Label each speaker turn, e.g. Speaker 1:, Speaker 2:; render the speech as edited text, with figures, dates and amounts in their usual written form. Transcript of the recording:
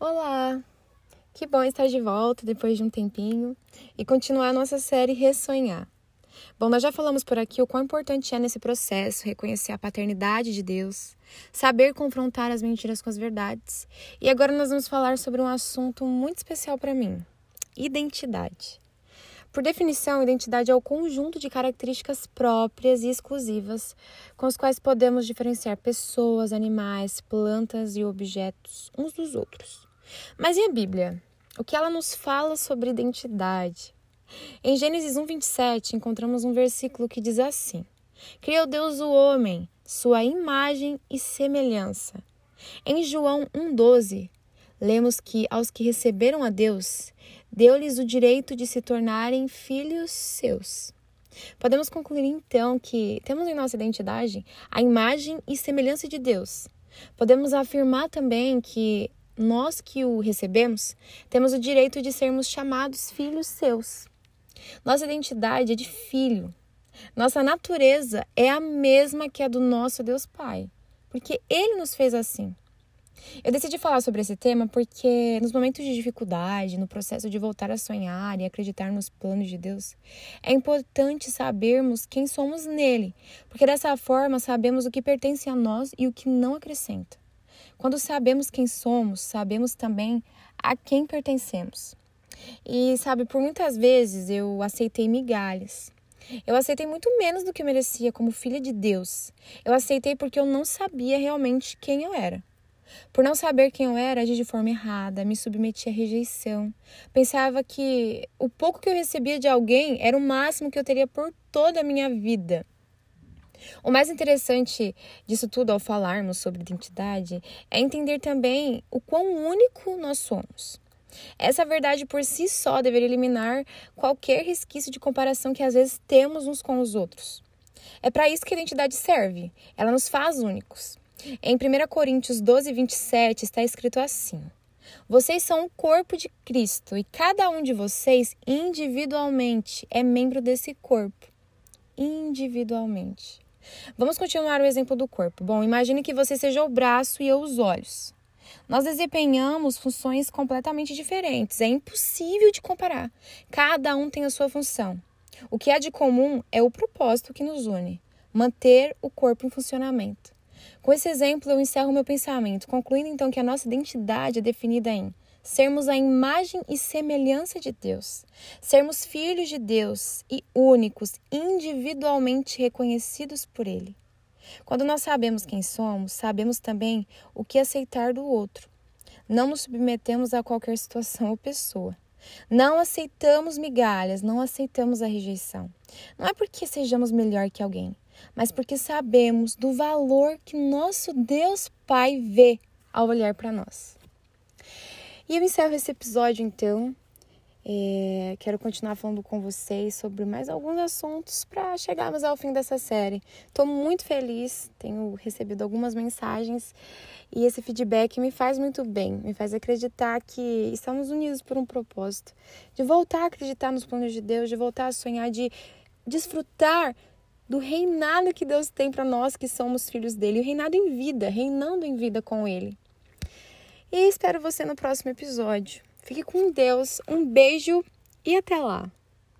Speaker 1: Olá! Que bom estar de volta depois de um tempinho e continuar a nossa série Ressonhar. Bom, nós já falamos por aqui o quão importante é nesse processo reconhecer a paternidade de Deus, saber confrontar as mentiras com as verdades. E agora nós vamos falar sobre um assunto muito especial para mim: identidade. Por definição, identidade é o conjunto de características próprias e exclusivas com as quais podemos diferenciar pessoas, animais, plantas e objetos uns dos outros. Mas e a Bíblia? O que ela nos fala sobre identidade? Em Gênesis 1:27, encontramos um versículo que diz assim: Criou Deus o homem, sua imagem e semelhança. Em João 1:12, lemos que aos que receberam a Deus, deu-lhes o direito de se tornarem filhos seus. Podemos concluir então que temos em nossa identidade a imagem e semelhança de Deus. Podemos afirmar também que nós que o recebemos, temos o direito de sermos chamados filhos seus. Nossa identidade é de filho. Nossa natureza é a mesma que a do nosso Deus Pai, porque Ele nos fez assim. Eu decidi falar sobre esse tema porque nos momentos de dificuldade, no processo de voltar a sonhar e acreditar nos planos de Deus, é importante sabermos quem somos nele, porque dessa forma sabemos o que pertence a nós e o que não acrescenta. Quando sabemos quem somos, sabemos também a quem pertencemos. E sabe, por muitas vezes eu aceitei migalhas. Eu aceitei muito menos do que eu merecia como filha de Deus. Eu aceitei porque eu não sabia realmente quem eu era. Por não saber quem eu era, agi de forma errada, me submeti à rejeição. Pensava que o pouco que eu recebia de alguém era o máximo que eu teria por toda a minha vida. O mais interessante disso tudo ao falarmos sobre identidade é entender também o quão único nós somos. Essa verdade por si só deveria eliminar qualquer resquício de comparação que às vezes temos uns com os outros. É para isso que a identidade serve, ela nos faz únicos. Em 1 Coríntios 12:27 está escrito assim: Vocês são o corpo de Cristo e cada um de vocês individualmente é membro desse corpo. Individualmente. Vamos continuar o exemplo do corpo. Bom, imagine que você seja o braço e eu os olhos. Nós desempenhamos funções completamente diferentes. É impossível de comparar. Cada um tem a sua função. O que há de comum é o propósito que nos une: manter o corpo em funcionamento. Com esse exemplo, eu encerro meu pensamento, concluindo então que a nossa identidade é definida em sermos a imagem e semelhança de Deus, sermos filhos de Deus e únicos, individualmente reconhecidos por Ele. Quando nós sabemos quem somos, sabemos também o que aceitar do outro. Não nos submetemos a qualquer situação ou pessoa. Não aceitamos migalhas, não aceitamos a rejeição. Não é porque sejamos melhor que alguém, mas porque sabemos do valor que nosso Deus Pai vê ao olhar para nós. E eu encerro esse episódio então. Quero continuar falando com vocês sobre mais alguns assuntos para chegarmos ao fim dessa série. Estou muito feliz, tenho recebido algumas mensagens e esse feedback me faz muito bem, me faz acreditar que estamos unidos por um propósito, de voltar a acreditar nos planos de Deus, de voltar a sonhar, de desfrutar do reinado que Deus tem para nós que somos filhos dele, o reinado em vida, reinando em vida com ele. E espero você no próximo episódio. Fique com Deus, um beijo e até lá!